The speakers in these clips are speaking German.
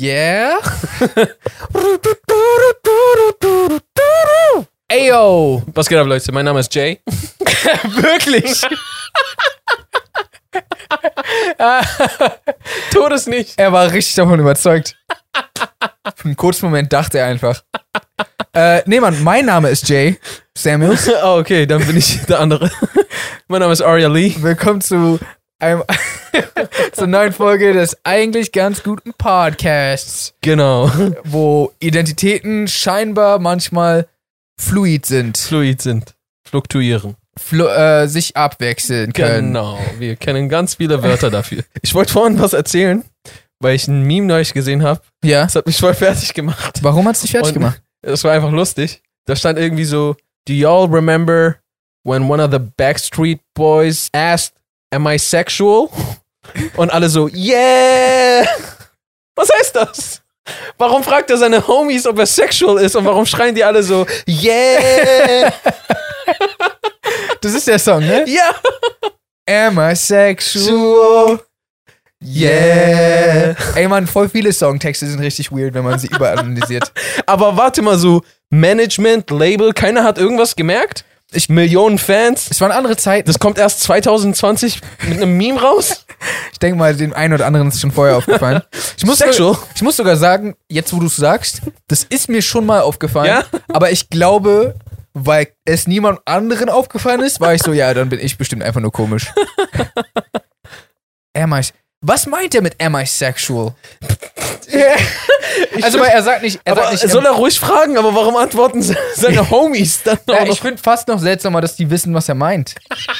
Yeah? Ayo! Was geht ab, Leute? Mein Name ist Jay. Wirklich? Tu das nicht. Er war richtig davon überzeugt. Für einen kurzen Moment dachte er einfach. Nee, Mann, mein Name ist Jay Samuels. Oh, okay, dann bin ich der andere. Mein Name ist Arya Lee. Willkommen zu zur neuen Folge des eigentlich ganz guten Podcasts, Genau. wo Identitäten scheinbar manchmal fluid sind, Fluktuieren. sich abwechseln können. Genau, wir kennen ganz viele Wörter dafür. Ich wollte vorhin was erzählen, weil ich ein Meme neulich gesehen habe. Ja? Das hat mich voll fertig gemacht. Warum hat's dich fertig gemacht? Es war einfach lustig. Da stand irgendwie so, do y'all remember when one of the Backstreet Boys asked, am I sexual? Und alle so, yeah! Was heißt das? Warum fragt er seine Homies, ob er sexual ist? Und warum schreien die alle so, yeah! Das ist der Song, ne? Ja! Am I sexual? Yeah. Ey, Mann, voll viele Songtexte sind richtig weird, wenn man sie überanalysiert. Aber warte mal, so Management, Label, keiner hat irgendwas gemerkt? Millionen Fans. Es waren andere Zeiten. Das kommt erst 2020 mit einem Meme raus? Ich denke mal, dem einen oder anderen ist schon vorher aufgefallen. Ich muss sogar sagen, jetzt wo du es sagst, das ist mir schon mal aufgefallen. Ja? Aber ich glaube, weil es niemand anderen aufgefallen ist, war ich so, ja, dann bin ich bestimmt einfach nur komisch. Was meint er mit am I sexual? Also, weil er sagt nicht. Soll er ruhig fragen, aber warum antworten seine Homies dann auch Ja, noch? ich finde fast noch seltsamer, dass die wissen, was er meint.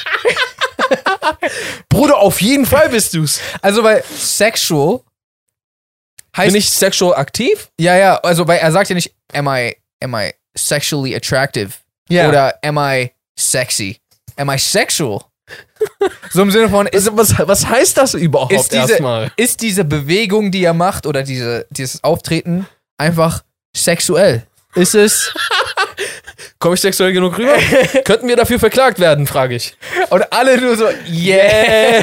Bruder, auf jeden Fall bist du's. Also, weil sexual heißt. Bin ich sexual aktiv? Ja, also, weil er sagt ja nicht, am I sexually attractive? Ja. Oder am I sexy? Am I sexual? So im Sinne von, Was heißt das überhaupt erstmal? ist diese Bewegung, die er macht, oder dieses Auftreten einfach sexuell? Ist es? Komme ich sexuell genug rüber? Könnten wir dafür verklagt werden, frage ich. Und alle nur so, yeah!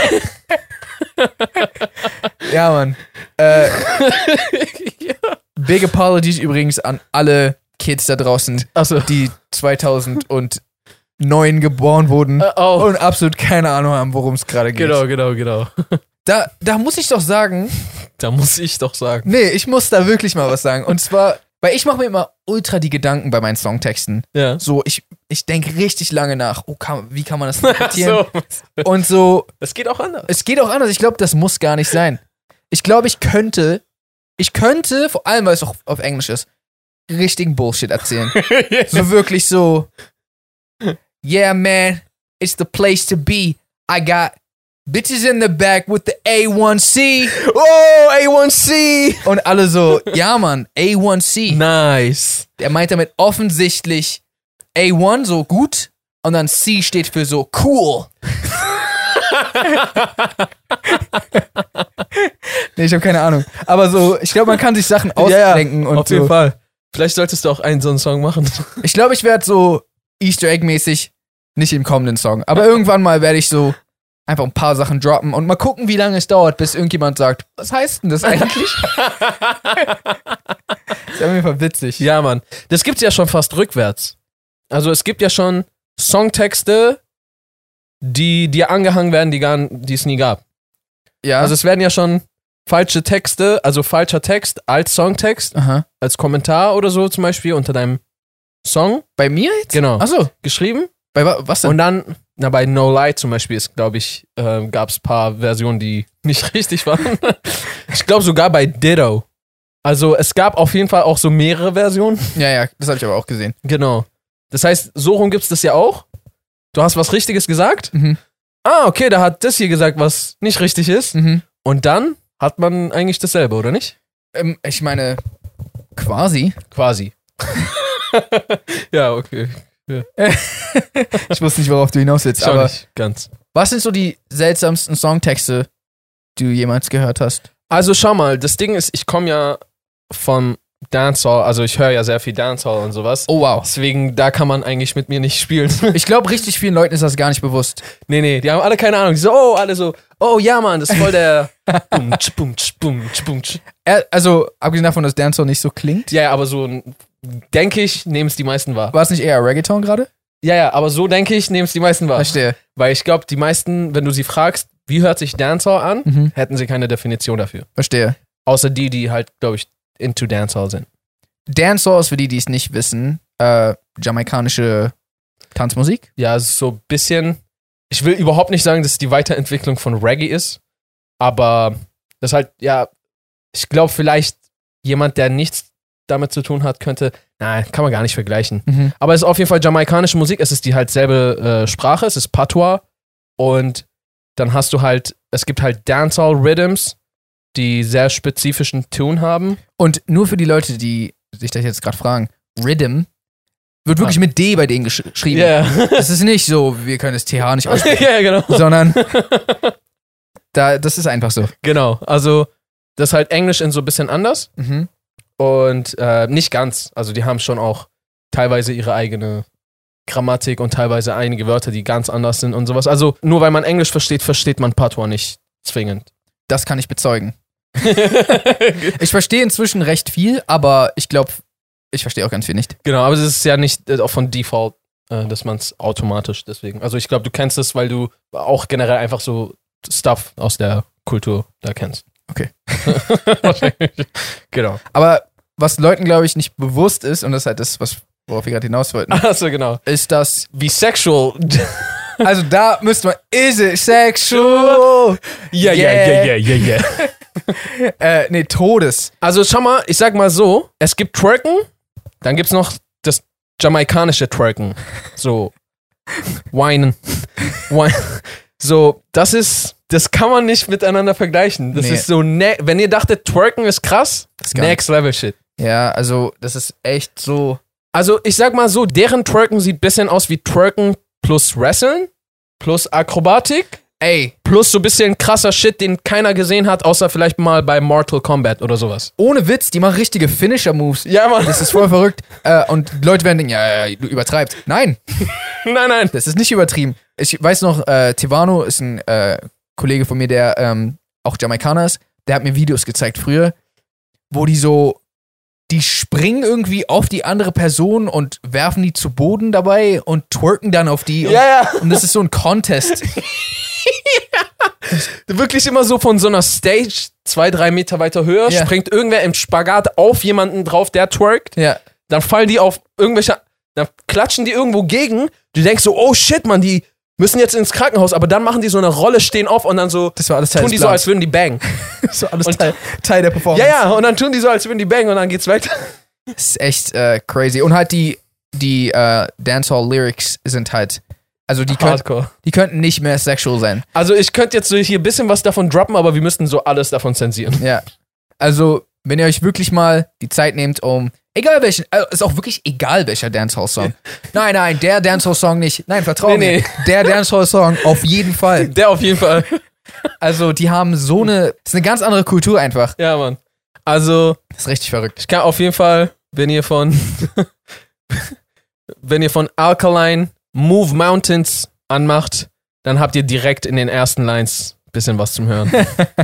Ja, Mann. Big Apologies übrigens an alle Kids da draußen, die 2009 geboren wurden und absolut keine Ahnung haben, worum es gerade geht. Genau. Da muss ich doch sagen. Nee, ich muss da wirklich mal was sagen. Und zwar, weil ich mache mir immer ultra die Gedanken bei meinen Songtexten. Ja. So, ich denke richtig lange nach, wie kann man das interpretieren? So. Und so. Es geht auch anders. Ich glaube, das muss gar nicht sein. Ich glaube, ich könnte, vor allem, weil es auch auf Englisch ist, richtigen Bullshit erzählen. So wirklich so, yeah, man, it's the place to be. I got bitches in the back with the A1C. Oh, A1C. Und alle so, ja, Mann, A1C. Nice. Er meint damit offensichtlich A1, so gut, und dann C steht für so cool. Nee, ich habe keine Ahnung. Aber so, ich glaube, man kann sich Sachen ausdenken. Und auf jeden Fall. Vielleicht solltest du auch einen so einen Song machen. Ich glaube, ich werde so Easter Egg-mäßig, nicht im kommenden Song, aber irgendwann mal werde ich so einfach ein paar Sachen droppen und mal gucken, wie lange es dauert, bis irgendjemand sagt, was heißt denn das eigentlich? Das ist auf jeden Fall witzig. Ja, Mann. Das gibt's ja schon fast rückwärts. Also es gibt ja schon Songtexte, die dir angehangen werden, die es nie gab. Ja. Also es werden ja schon falsche Texte, also falscher Text als Songtext, als Kommentar oder so zum Beispiel unter deinem Song. Bei mir jetzt? Genau. Achso. Geschrieben. Bei was denn? Und dann, bei No Lie zum Beispiel ist, glaube ich, gab es ein paar Versionen, die nicht richtig waren. Ich glaube sogar bei Ditto. Also es gab auf jeden Fall auch so mehrere Versionen. Ja, das habe ich aber auch gesehen. Genau. Das heißt, so rum gibt's das ja auch. Du hast was Richtiges gesagt. Mhm. Ah, okay, da hat das hier gesagt, was nicht richtig ist. Mhm. Und dann hat man eigentlich dasselbe, oder nicht? Ich meine, quasi. Ja, okay. Ja. Ich wusste nicht, worauf du hinaus willst, aber nicht ganz. Was sind so die seltsamsten Songtexte, die du jemals gehört hast? Also schau mal, das Ding ist, ich komme ja vom Dancehall, also ich höre ja sehr viel Dancehall und sowas. Oh wow. Deswegen, da kann man eigentlich mit mir nicht spielen. Ich glaube, richtig vielen Leuten ist das gar nicht bewusst. Nee, die haben alle keine Ahnung. Die so, alle so, oh ja, Mann, das ist voll der Bumtsch, Bumtsch, Bumtsch, Bumtsch. Also, abgesehen davon, dass Dancehall nicht so klingt. Ja, aber so, denke ich, nehmen es die meisten wahr. War es nicht eher Reggaeton gerade? Ja, aber so denke ich, nehmen es die meisten wahr. Verstehe. Weil ich glaube, die meisten, wenn du sie fragst, wie hört sich Dancehall an, hätten sie keine Definition dafür. Verstehe. Außer die halt, glaube ich, into Dancehall sind. Dancehall ist für die es nicht wissen, jamaikanische Tanzmusik. Ja, es ist so ein bisschen, ich will überhaupt nicht sagen, dass es die Weiterentwicklung von Reggae ist, aber das halt, ja, ich glaube vielleicht jemand, der nichts damit zu tun hat, könnte, nein, kann man gar nicht vergleichen. Aber es ist auf jeden Fall jamaikanische Musik, es ist die halt selbe Sprache, es ist Patois und dann hast du halt, es gibt halt Dancehall-Rhythms, die sehr spezifischen Tune haben. Und nur für die Leute, die sich das jetzt gerade fragen, Rhythm wird wirklich mit D bei denen geschrieben. Ja. Das ist nicht so, wir können das TH nicht aussprechen, Ja, genau. sondern das ist einfach so. Genau, also das ist halt Englisch in so ein bisschen anders und nicht ganz. Also die haben schon auch teilweise ihre eigene Grammatik und teilweise einige Wörter, die ganz anders sind und sowas. Also nur weil man Englisch versteht, versteht man Patois nicht zwingend. Das kann ich bezeugen. Ich verstehe inzwischen recht viel, aber ich glaube, ich verstehe auch ganz viel nicht. Genau, aber es ist ja nicht auch von Default, dass man es automatisch deswegen. Also ich glaube, du kennst es, weil du auch generell einfach so Stuff aus der Kultur da kennst. Okay. Wahrscheinlich. Genau. Aber was Leuten, glaube ich, nicht bewusst ist, und das ist halt das, worauf wir gerade hinaus wollten, Achso, genau. ist, dass Wie sexual. also da müsste man, is it sexual? Ja. Nee, Todes. Also schau mal, ich sag mal so, es gibt Twerken, dann gibt's noch das jamaikanische Twerken. So, Weinen. So, das kann man nicht miteinander vergleichen. Das ist so, wenn ihr dachtet, Twerken ist krass, next level shit. Ja, also das ist echt so. Also ich sag mal so, deren Twerken sieht ein bisschen aus wie Twerken plus Wrestlen, plus Akrobatik, plus so ein bisschen krasser Shit, den keiner gesehen hat, außer vielleicht mal bei Mortal Kombat oder sowas. Ohne Witz, die machen richtige Finisher-Moves. Ja, Mann. Das ist voll verrückt. Und Leute werden denken, ja, du übertreibst. Nein. Nein. Das ist nicht übertrieben. Ich weiß noch, Tivano ist ein Kollege von mir, der auch Jamaikaner ist. Der hat mir Videos gezeigt früher, wo die springen irgendwie auf die andere Person und werfen die zu Boden dabei und twerken dann auf die. Und das ist so ein Contest. Wirklich immer so von so einer Stage 2-3 Meter weiter höher, springt irgendwer im Spagat auf jemanden drauf, der twerkt. Ja. Dann fallen die auf irgendwelche, dann klatschen die irgendwo gegen. Du denkst so, oh shit, Mann, die müssen jetzt ins Krankenhaus, aber dann machen die so eine Rolle, stehen auf und dann so, das war alles Teil tun die des so, Plans. als würden die bang. So alles Teil der Performance. Ja, und dann tun die so, als würden die bang und dann geht's weiter. Das ist echt crazy. Und halt die Dancehall-Lyrics sind halt, also die könnten nicht mehr sexual sein. Also ich könnte jetzt so hier ein bisschen was davon droppen, aber wir müssten so alles davon zensieren. Ja. Also, wenn ihr euch wirklich mal die Zeit nehmt, egal welchen, ist auch wirklich egal welcher Dancehall-Song. Nein, der Dancehall-Song nicht. Nein, vertrau mir. Der Dancehall-Song auf jeden Fall. Der auf jeden Fall. Also, die haben das ist eine ganz andere Kultur einfach. Ja, Mann. Also, das ist richtig verrückt. Ich kann auf jeden Fall, wenn ihr von Alkaline Move Mountains anmacht, dann habt ihr direkt in den ersten Lines ein bisschen was zum Hören.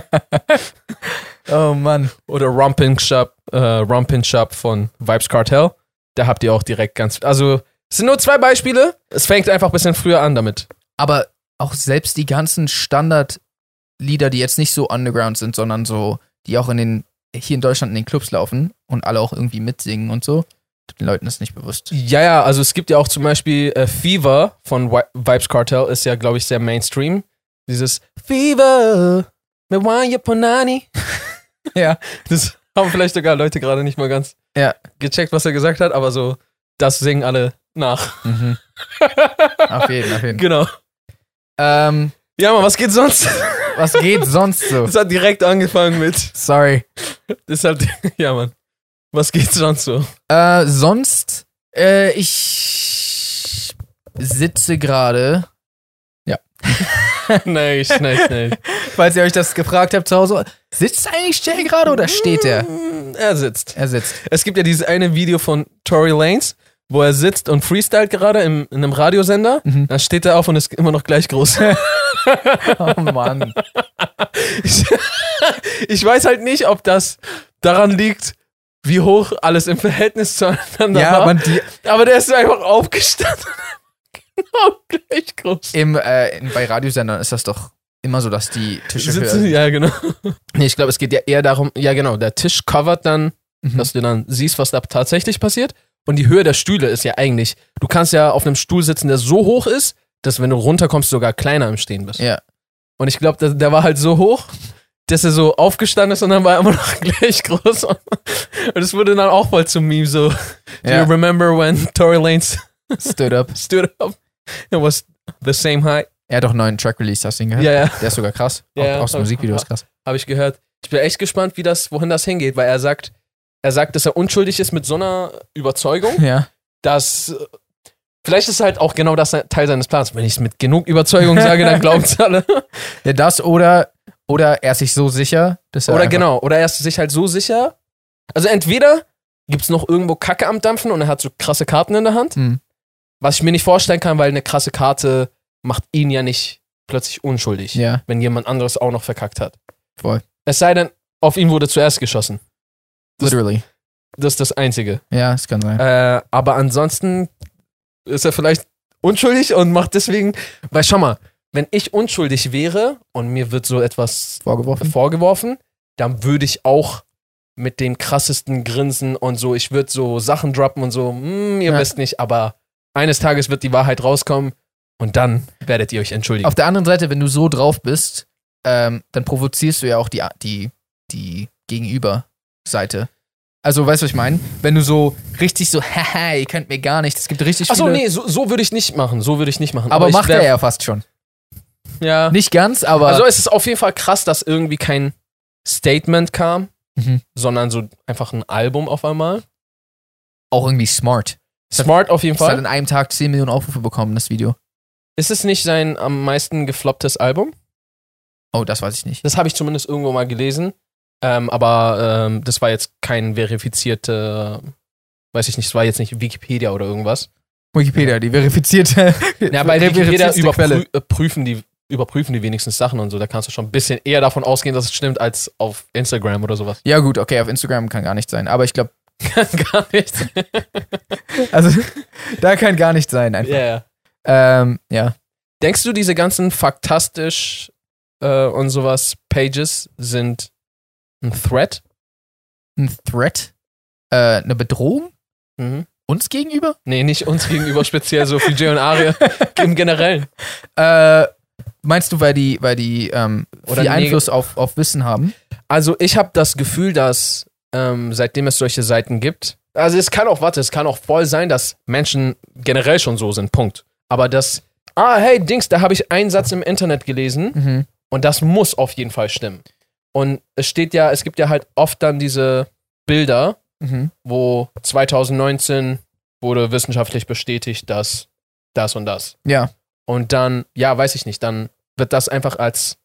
Oh Mann. Oder Rompin' Shop von Vybz Kartel. Da habt ihr auch direkt also, es sind nur 2 Beispiele. Es fängt einfach ein bisschen früher an damit. Aber auch selbst die ganzen Standardlieder, die jetzt nicht so underground sind, sondern so, die auch hier in Deutschland in den Clubs laufen und alle auch irgendwie mitsingen und so, den Leuten ist nicht bewusst. Ja, also es gibt ja auch zum Beispiel Fever von Vybz Kartel, ist ja, glaube ich, sehr Mainstream. Dieses Fever, me wanya ponani. Ja. Das haben vielleicht sogar Leute gerade nicht mal ganz gecheckt, was er gesagt hat, aber so, das singen alle nach. Mhm. Auf jeden. Genau. Ja, Mann, was geht sonst? Was geht sonst so? Das hat direkt angefangen mit. Sorry. Das hat, ja, Mann. Was geht sonst so? Ich sitze gerade. Ja. Nice. Falls ihr euch das gefragt habt zu Hause, sitzt eigentlich Jay gerade oder steht er? Er sitzt. Er sitzt. Es gibt ja dieses eine Video von Tory Lanez, wo er sitzt und freestylt gerade in einem Radiosender. Dann steht er auf und ist immer noch gleich groß. Oh Mann. Ich weiß halt nicht, ob das daran liegt, wie hoch alles im Verhältnis zueinander war. Aber der ist einfach aufgestanden. Genau gleich groß. Bei Radiosendern ist das doch immer so, dass die Tische höher sind. Ja, genau. Nee, ich glaube, es geht ja eher darum, ja genau, der Tisch covert dann, dass du dann siehst, was da tatsächlich passiert. Und die Höhe der Stühle ist ja eigentlich, du kannst ja auf einem Stuhl sitzen, der so hoch ist, dass wenn du runterkommst, sogar kleiner im Stehen bist. Ja. Und ich glaube, der war halt so hoch, dass er so aufgestanden ist und dann war er immer noch gleich groß. Und es wurde dann auch voll zum Meme so. Do you remember when Tory Lanez stood up? It was the same height. Er hat doch einen neuen Track released, hast du ihn gehört? Ja, ja. Der ist sogar krass. Ja, auch das Musikvideo ist krass. Habe ich gehört. Ich bin echt gespannt, wohin das hingeht, weil er sagt, dass er unschuldig ist mit so einer Überzeugung, Ja. dass vielleicht ist halt auch genau das Teil seines Plans. Wenn ich es mit genug Überzeugung sage, dann glauben es alle. Ja, das oder er ist sich so sicher, dass er Oder er ist sich halt so sicher. Also entweder gibt es noch irgendwo Kacke am Dampfen und er hat so krasse Karten in der Hand, was ich mir nicht vorstellen kann, weil eine krasse Karte macht ihn ja nicht plötzlich unschuldig, wenn jemand anderes auch noch verkackt hat. Voll. Es sei denn, auf ihn wurde zuerst geschossen. Literally. Das ist das Einzige. Ja, das kann sein. Aber ansonsten ist er vielleicht unschuldig und macht deswegen, weil schau mal, wenn ich unschuldig wäre und mir wird so etwas vorgeworfen, dann würde ich auch mit dem krassesten Grinsen und so, ich würde so Sachen droppen und so, ihr wisst nicht, aber eines Tages wird die Wahrheit rauskommen und dann werdet ihr euch entschuldigen. Auf der anderen Seite, wenn du so drauf bist, dann provozierst du ja auch die Gegenüberseite. Also, weißt du, was ich meine? Wenn du so richtig so, haha, ihr könnt mir gar nicht, es gibt richtig viele... Achso, nee, so würde ich nicht machen, Aber macht er ja fast schon. Ja. Nicht ganz, aber... Also es ist auf jeden Fall krass, dass irgendwie kein Statement kam, sondern so einfach ein Album auf einmal. Auch irgendwie smart. Smart auf jeden Fall. Es Fall. hat in einem Tag 10 Millionen Aufrufe bekommen, das Video. Ist es nicht sein am meisten geflopptes Album? Oh, das weiß ich nicht. Das habe ich zumindest irgendwo mal gelesen. Aber das war jetzt kein verifizierte, weiß ich nicht, es war jetzt nicht Wikipedia oder irgendwas. Wikipedia, die verifizierte. Ja, bei Wikipedia überprüfen die wenigstens Sachen und so. Da kannst du schon ein bisschen eher davon ausgehen, dass es stimmt, als auf Instagram oder sowas. Ja, gut, okay, auf Instagram kann gar nicht sein. Aber ich glaube. Kann gar nicht sein. Also, da kann gar nicht sein, einfach. Ja. Denkst du, diese ganzen Faktastisch und sowas Pages sind ein Threat? Ein Threat? Eine Bedrohung? Uns gegenüber? Nee, nicht uns gegenüber, speziell so für Jay und Aria. Im Generellen. Meinst du, weil die viel Einfluss auf Wissen haben? Also ich habe das Gefühl, dass seitdem es solche Seiten gibt, also es kann auch voll sein, dass Menschen generell schon so sind, Punkt. Aber hey, Dings, da habe ich einen Satz im Internet gelesen und das muss auf jeden Fall stimmen. Und es gibt ja halt oft dann diese Bilder, wo 2019 wurde wissenschaftlich bestätigt, dass das und das. Ja. Und dann, weiß ich nicht, dann wird das einfach als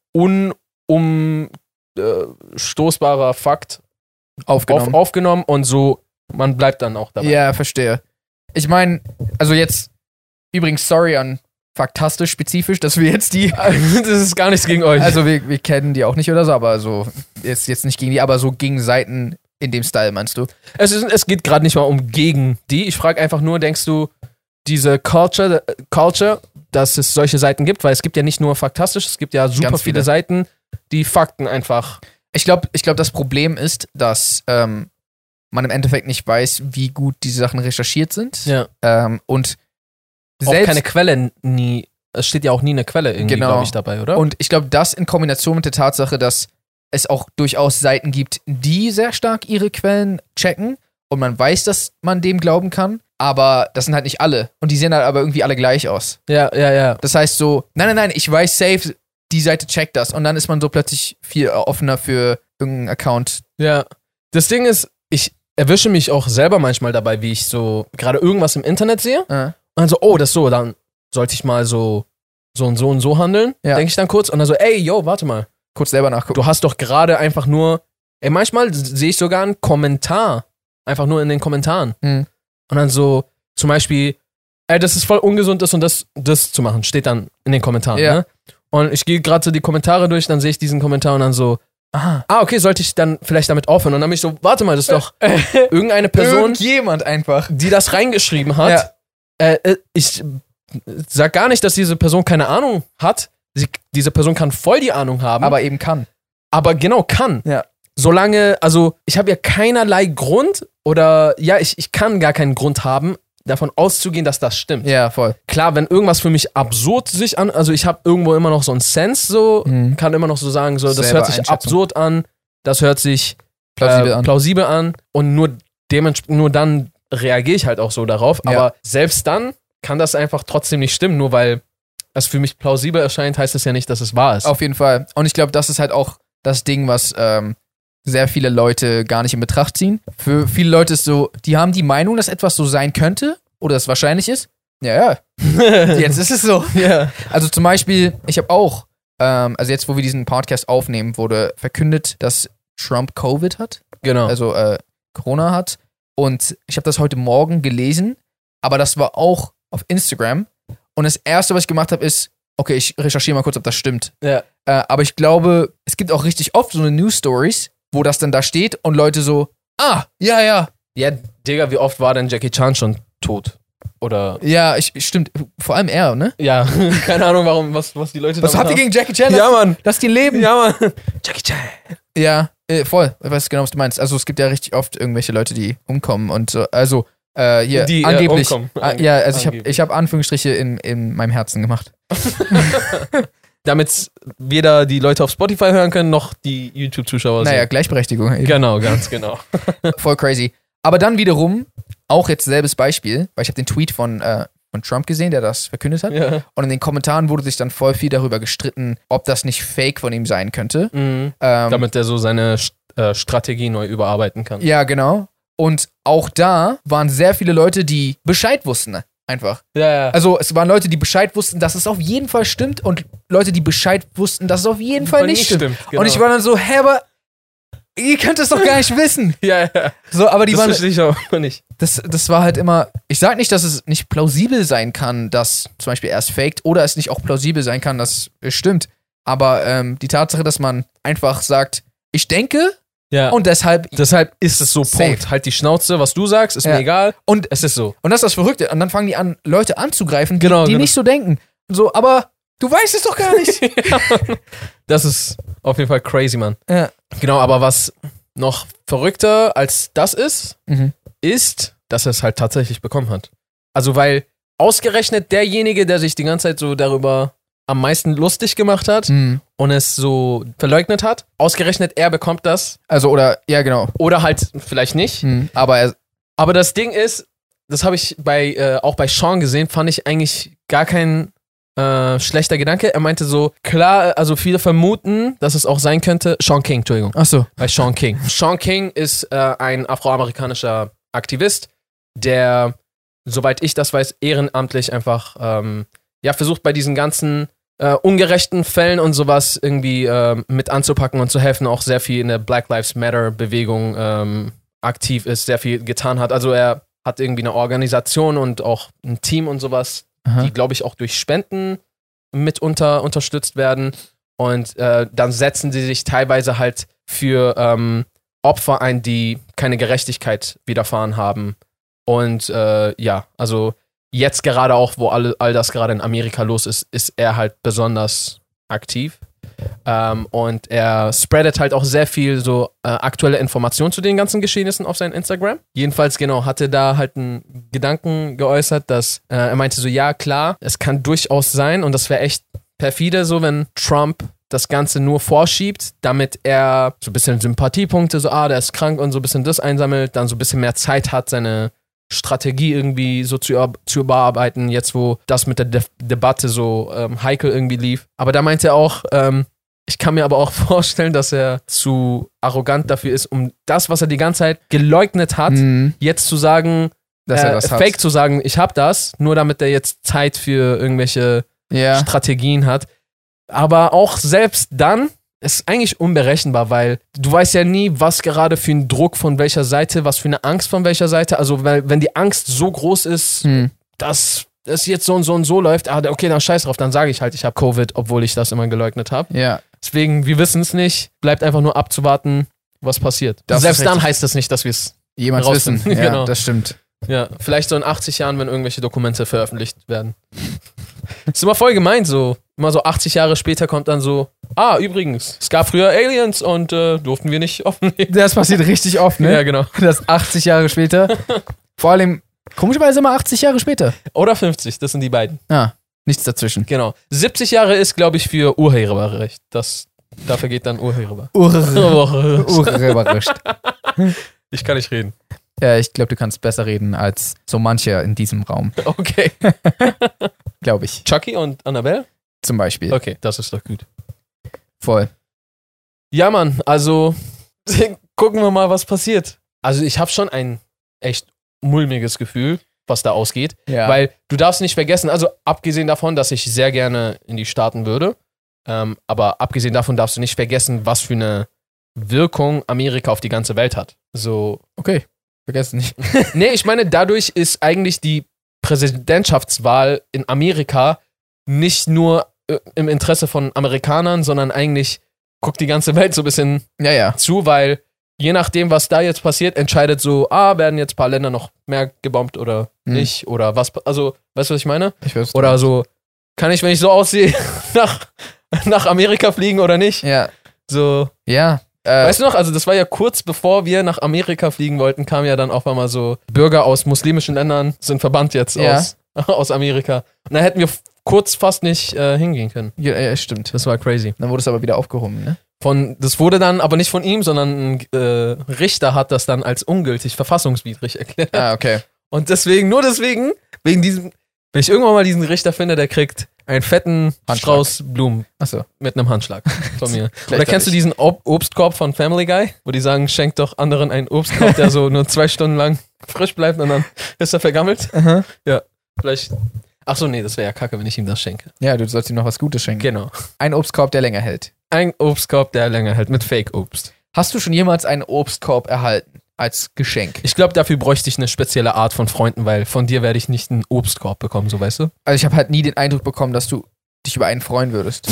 unumstoßbarer Fakt aufgenommen und so, man bleibt dann auch dabei. Ja, verstehe. Ich meine, also jetzt, übrigens, sorry an Faktastisch spezifisch, dass wir jetzt das ist gar nichts gegen euch. Also wir kennen die auch nicht oder so, aber so, jetzt nicht gegen die, aber so gegen Seiten in dem Style, meinst du? Es geht gerade nicht mal um gegen die. Ich frage einfach nur, denkst du, diese Culture, dass es solche Seiten gibt, weil es gibt ja nicht nur Faktastisch, es gibt ja super viele Seiten, die Fakten einfach... Ich glaube, das Problem ist, dass man im Endeffekt nicht weiß, wie gut diese Sachen recherchiert sind. Ja. Und auch keine Quelle nie, es steht ja auch nie eine Quelle irgendwie, glaube ich, dabei, oder? Und ich glaube, das in Kombination mit der Tatsache, dass es auch durchaus Seiten gibt, die sehr stark ihre Quellen checken und man weiß, dass man dem glauben kann, aber das sind halt nicht alle. Und die sehen halt aber irgendwie alle gleich aus. Ja. Das heißt so, nein, ich weiß safe, die Seite checkt das und dann ist man so plötzlich viel offener für irgendeinen Account. Ja. Das Ding ist, ich erwische mich auch selber manchmal dabei, wie ich so gerade irgendwas im Internet sehe. Und dann so, oh, das so, dann sollte ich mal so und so handeln, denke ich dann kurz. Und dann so, ey, yo, warte mal. kurz selber nachgucken. Du hast doch gerade einfach nur, manchmal sehe ich sogar einen Kommentar, einfach nur in den Kommentaren. Mhm. Und dann so, zum Beispiel, das ist voll ungesund, das und das zu machen, steht dann in den Kommentaren, Ja. ne? Und ich gehe gerade so die Kommentare durch, dann sehe ich diesen Kommentar und dann so, okay, sollte ich dann vielleicht damit aufhören? Und dann bin ich so, warte mal, das ist doch irgendeine Person, Irgendjemand einfach. die das reingeschrieben hat. Ich sag gar nicht, dass diese Person keine Ahnung hat. Diese Person kann voll die Ahnung haben. Aber eben kann. Aber genau, kann. Ja. Solange, also ich habe ja keinerlei Grund oder ich kann gar keinen Grund haben, davon auszugehen, dass das stimmt. Ja, voll. Klar, wenn irgendwas für mich absurd sich an, also ich habe irgendwo immer noch so einen Sense, so, kann immer noch so sagen, so, das Selber hört sich Einschätzung. absurd an, das hört sich Plausibel an. und nur dann reagiere ich halt auch so darauf. Ja. Aber selbst dann kann das einfach trotzdem nicht stimmen, nur weil es für mich plausibel erscheint, heißt das ja nicht, dass es wahr ist. Auf jeden Fall. Und ich glaube, das ist halt auch das Ding, was sehr viele Leute gar nicht in Betracht ziehen. Für viele Leute ist so, die haben die Meinung, dass etwas so sein könnte oder es wahrscheinlich ist. Ja. Jetzt ist es so. Ja. Also zum Beispiel, ich habe auch, also jetzt, wo wir diesen Podcast aufnehmen, wurde verkündet, dass Trump Covid hat. Genau. Also Corona hat. Und ich habe das heute Morgen gelesen, aber das war auch auf Instagram. Und das Erste, was ich gemacht habe, ist, okay, ich recherchiere mal kurz, ob das stimmt. Ja. Aber ich glaube, es gibt auch richtig oft so eine News-Stories, wo das dann da steht und Leute so, ja. Ja, Digga, wie oft war denn Jackie Chan schon tot? Oder? Ja, stimmt. Vor allem er, ne? Ja, keine Ahnung, warum, was die Leute Was habt ihr gegen Jackie Chan? Ja, Mann. Lass die leben. Ja, Mann. Jackie Chan. Ja, voll. Ich weiß genau, was du meinst. Also es gibt ja richtig oft irgendwelche Leute, die umkommen und so. Also hier, Die, angeblich. umkommen. Ja, also Angeblich. ich hab Anführungsstriche in meinem Herzen gemacht. Damit weder die Leute auf Spotify hören können, noch die YouTube-Zuschauer Naja, sehen. Gleichberechtigung. Eben. Genau, ganz genau. Voll crazy. Aber dann wiederum, auch jetzt selbes Beispiel, weil ich habe den Tweet von Trump gesehen, der das verkündet hat. Ja. Und in den Kommentaren wurde sich dann voll viel darüber gestritten, ob das nicht Fake von ihm sein könnte. Damit er so seine Strategie neu überarbeiten kann. Ja, genau. Und auch da waren sehr viele Leute, die Bescheid wussten. Einfach. Ja. Also es waren Leute, die Bescheid wussten, dass es auf jeden Fall stimmt und Leute, die Bescheid wussten, dass es auf jeden Fall nicht stimmt. Genau. Und ich war dann so, hä, aber ihr könnt es doch gar nicht wissen. Ja. So, aber die Das waren, verstehe ich auch nicht. das war halt immer, ich sag nicht, dass es nicht plausibel sein kann, dass zum Beispiel er es faked oder es nicht auch plausibel sein kann, dass es stimmt. Aber die Tatsache, dass man einfach sagt, ich denke Ja. und deshalb ist es so, Safe. Punkt. Halt die Schnauze, was du sagst, ist Ja. mir egal. und Es ist so. Und das ist das Verrückte. Und dann fangen die an, Leute anzugreifen, die, Genau, die genau. nicht so denken. So, aber du weißt es doch gar nicht. Das ist auf jeden Fall crazy, Mann. Ja. Genau, aber was noch verrückter als das ist, Mhm. ist, dass er es halt tatsächlich bekommen hat. Also, weil ausgerechnet derjenige, der sich die ganze Zeit so darüber am meisten lustig gemacht hat Mhm. und es so verleugnet hat, ausgerechnet er bekommt das Also, oder, ja, genau. oder halt vielleicht nicht. Mhm. Aber er, Aber das Ding ist, das habe ich auch bei Sean gesehen, fand ich eigentlich gar kein schlechter Gedanke. Er meinte so, klar, also viele vermuten, dass es auch sein könnte, Sean King, Entschuldigung. achso. Bei Sean King. Sean King ist ein afroamerikanischer Aktivist, der, soweit ich das weiß, ehrenamtlich einfach versucht bei diesen ganzen ungerechten Fällen und sowas irgendwie mit anzupacken und zu helfen, auch sehr viel in der Black Lives Matter Bewegung aktiv ist, sehr viel getan hat. Also er hat irgendwie eine Organisation und auch ein Team und sowas, Aha. die, glaube ich, auch durch Spenden mitunter unterstützt werden. Und dann setzen sie sich teilweise halt für Opfer ein, die keine Gerechtigkeit widerfahren haben. Und also jetzt gerade auch, wo all das gerade in Amerika los ist, ist er halt besonders aktiv. Und er spreadet halt auch sehr viel so aktuelle Informationen zu den ganzen Geschehnissen auf seinem Instagram. Jedenfalls, genau, hatte da halt einen Gedanken geäußert, dass er meinte so, ja klar, es kann durchaus sein und das wäre echt perfide so, wenn Trump das Ganze nur vorschiebt, damit er so ein bisschen Sympathiepunkte, so der ist krank und so ein bisschen das einsammelt, dann so ein bisschen mehr Zeit hat, seine Strategie irgendwie so zu überarbeiten, jetzt wo das mit der Debatte so heikel irgendwie lief. Aber da meinte er auch, ich kann mir aber auch vorstellen, dass er zu arrogant dafür ist, um das, was er die ganze Zeit geleugnet hat, jetzt zu sagen, Dass er das fake hat. zu sagen, ich hab das, nur damit er jetzt Zeit für irgendwelche Ja. Strategien hat. Aber auch selbst dann es ist eigentlich unberechenbar, weil du weißt ja nie, was gerade für ein Druck von welcher Seite, was für eine Angst von welcher Seite. Also, weil, wenn die Angst so groß ist, dass es jetzt so und so und so läuft, okay, dann scheiß drauf, dann sage ich halt, ich habe Covid, obwohl ich das immer geleugnet habe. Ja. Deswegen, wir wissen es nicht. Bleibt einfach nur abzuwarten, was passiert. Das Selbst ist dann richtig. heißt das nicht, dass wir es Jemals wissen. rausfinden. Ja, Genau. das stimmt. Ja, vielleicht so in 80 Jahren, wenn irgendwelche Dokumente veröffentlicht werden. Das ist immer voll gemeint, so. Immer so 80 Jahre später kommt dann so, übrigens, es gab früher Aliens und durften wir nicht offenlegen. Das passiert richtig oft, ne? Ja, genau. Das 80 Jahre später. Vor allem, komischerweise immer 80 Jahre später. Oder 50, das sind die beiden. Nichts dazwischen. Genau. 70 Jahre ist, glaube ich, für Urheberrecht. Dafür geht dann Urheber. Urheberrecht. Ich kann nicht reden. Ja, ich glaube, du kannst besser reden als so mancher in diesem Raum. Okay. Glaube ich. Chucky und Annabelle? Zum Beispiel. Okay, das ist doch gut. Voll. Ja, Mann, also gucken wir mal, was passiert. Also ich habe schon ein echt mulmiges Gefühl, was da ausgeht. Ja. Weil du darfst nicht vergessen, also abgesehen davon, dass ich sehr gerne in die Staaten würde, aber abgesehen davon darfst du nicht vergessen, was für eine Wirkung Amerika auf die ganze Welt hat. So, Okay, vergessen nicht. nee, ich meine, dadurch ist eigentlich die Präsidentschaftswahl in Amerika nicht nur im Interesse von Amerikanern, sondern eigentlich guckt die ganze Welt so ein bisschen Ja. zu, weil je nachdem, was da jetzt passiert, entscheidet so, werden jetzt ein paar Länder noch mehr gebombt oder nicht oder was, also, weißt du, was ich meine? Ich weiß. Oder so, kann ich, wenn ich so aussehe, nach Amerika fliegen oder nicht? Ja. So, Ja. weißt du noch, also das war ja kurz bevor wir nach Amerika fliegen wollten, kam ja dann auf einmal so, Bürger aus muslimischen Ländern sind verbannt jetzt aus Amerika. Und da hätten wir kurz fast nicht hingehen können. Ja, stimmt. Das war crazy. Dann wurde es aber wieder aufgehoben, ne? Das wurde dann aber nicht von ihm, sondern ein Richter hat das dann als ungültig, verfassungswidrig erklärt. Okay. Und nur deswegen, wegen diesem, wenn ich irgendwann mal diesen Richter finde, der kriegt einen fetten Handschlag. Strauß Blumen Achso. mit einem Handschlag von mir. Oder kennst du diesen Obstkorb von Family Guy, wo die sagen, schenkt doch anderen einen Obstkorb, der so nur 2 Stunden lang frisch bleibt und dann ist er vergammelt? Aha. Ja, vielleicht. Achso, nee, das wäre ja kacke, wenn ich ihm das schenke. Ja, du sollst ihm noch was Gutes schenken. Genau. Ein Obstkorb, der länger hält. Ein Obstkorb, der länger hält, mit Fake-Obst. Hast du schon jemals einen Obstkorb erhalten? Als Geschenk? Ich glaube, dafür bräuchte ich eine spezielle Art von Freunden, weil von dir werde ich nicht einen Obstkorb bekommen, so weißt du? Also ich habe halt nie den Eindruck bekommen, dass du dich über einen freuen würdest.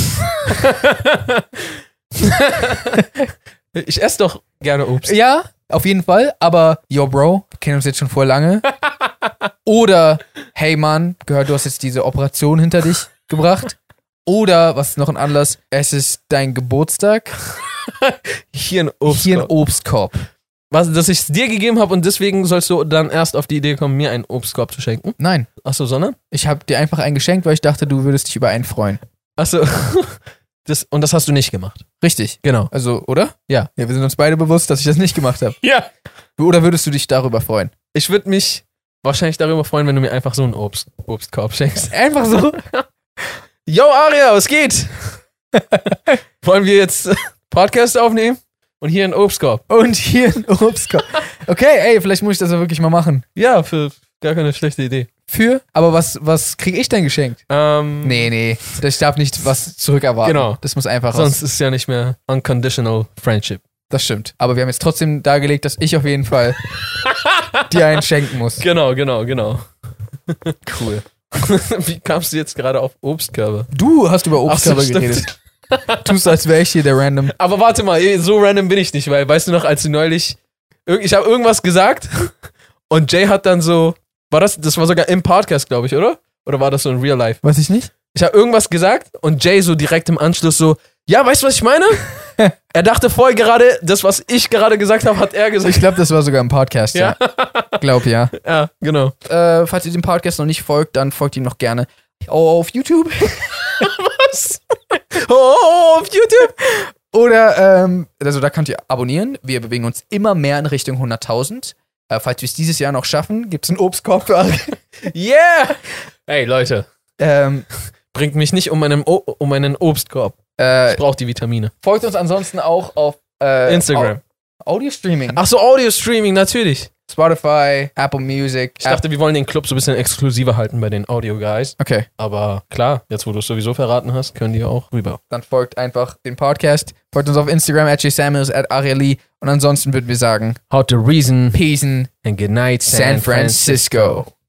Ich esse doch gerne Obst. Ja, auf jeden Fall, aber yo Bro, wir kennen uns jetzt schon voll lange. Oder, hey Mann, gehört, du hast jetzt diese Operation hinter dich gebracht. Oder, was ist noch ein Anlass, es ist dein Geburtstag. Hier ein Obstkorb. Hier ein Obstkorb. Was, dass ich es dir gegeben habe und deswegen sollst du dann erst auf die Idee kommen, mir einen Obstkorb zu schenken? Nein, Achso, sondern? ich habe dir einfach einen geschenkt, weil ich dachte, du würdest dich über einen freuen. Achso. Und das hast du nicht gemacht. Richtig. Genau. Also, oder? Ja. Ja, wir sind uns beide bewusst, dass ich das nicht gemacht habe. Ja. Oder würdest du dich darüber freuen? Ich würde mich wahrscheinlich darüber freuen, wenn du mir einfach so einen Obstkorb schenkst. Einfach so? Yo, Aria, was geht? Wollen wir jetzt Podcast aufnehmen? Und hier einen Obstkorb. Und hier ein Obstkorb. Okay, ey, vielleicht muss ich das ja wirklich mal machen. Ja, für gar keine schlechte Idee. Für? Aber was kriege ich denn geschenkt? Nee. Ich darf nicht was zurückerwarten. Genau. Das muss einfach Sonst ist es ja nicht mehr unconditional friendship. Das stimmt. Aber wir haben jetzt trotzdem dargelegt, dass ich auf jeden Fall dir einen schenken muss. Genau. Cool. Wie kamst du jetzt gerade auf Obstkörbe? Du hast über Obstkörbe Ach so, stimmt. geredet. Tust, als wäre ich hier der Random. Aber warte mal, so random bin ich nicht, weil, weißt du noch, als du neulich, ich habe irgendwas gesagt und Jay hat dann so, das war sogar im Podcast, glaube ich, oder? Oder war das so in Real Life? Weiß ich nicht? Ich habe irgendwas gesagt und Jay so direkt im Anschluss so, ja, weißt du, was ich meine? Er dachte voll gerade, das, was ich gerade gesagt habe, hat er gesagt. Ich glaube, das war sogar im Podcast, ja. Glaub, ja. Ja, genau. Falls ihr dem Podcast noch nicht folgt, dann folgt ihm noch gerne auf YouTube. Was? Oh, auf YouTube? Oder, also da könnt ihr abonnieren. Wir bewegen uns immer mehr in Richtung 100.000. Falls wir es dieses Jahr noch schaffen, gibt es einen Obstkorb für alle. Yeah! Hey, Leute. Bringt mich nicht um einen Obstkorb. Ich brauche die Vitamine. Folgt uns ansonsten auch auf Instagram. Audio-Streaming. Ach so, Audio-Streaming, natürlich. Spotify, Apple Music. Ich dachte, wir wollen den Club so ein bisschen exklusiver halten bei den Audio-Guys. Okay, Aber klar, jetzt wo du es sowieso verraten hast, können die auch rüber. dann folgt einfach den Podcast. Folgt uns auf Instagram @jsamuels, @arieli. Und ansonsten würden wir sagen, How to reason Peace in and good night, San Francisco.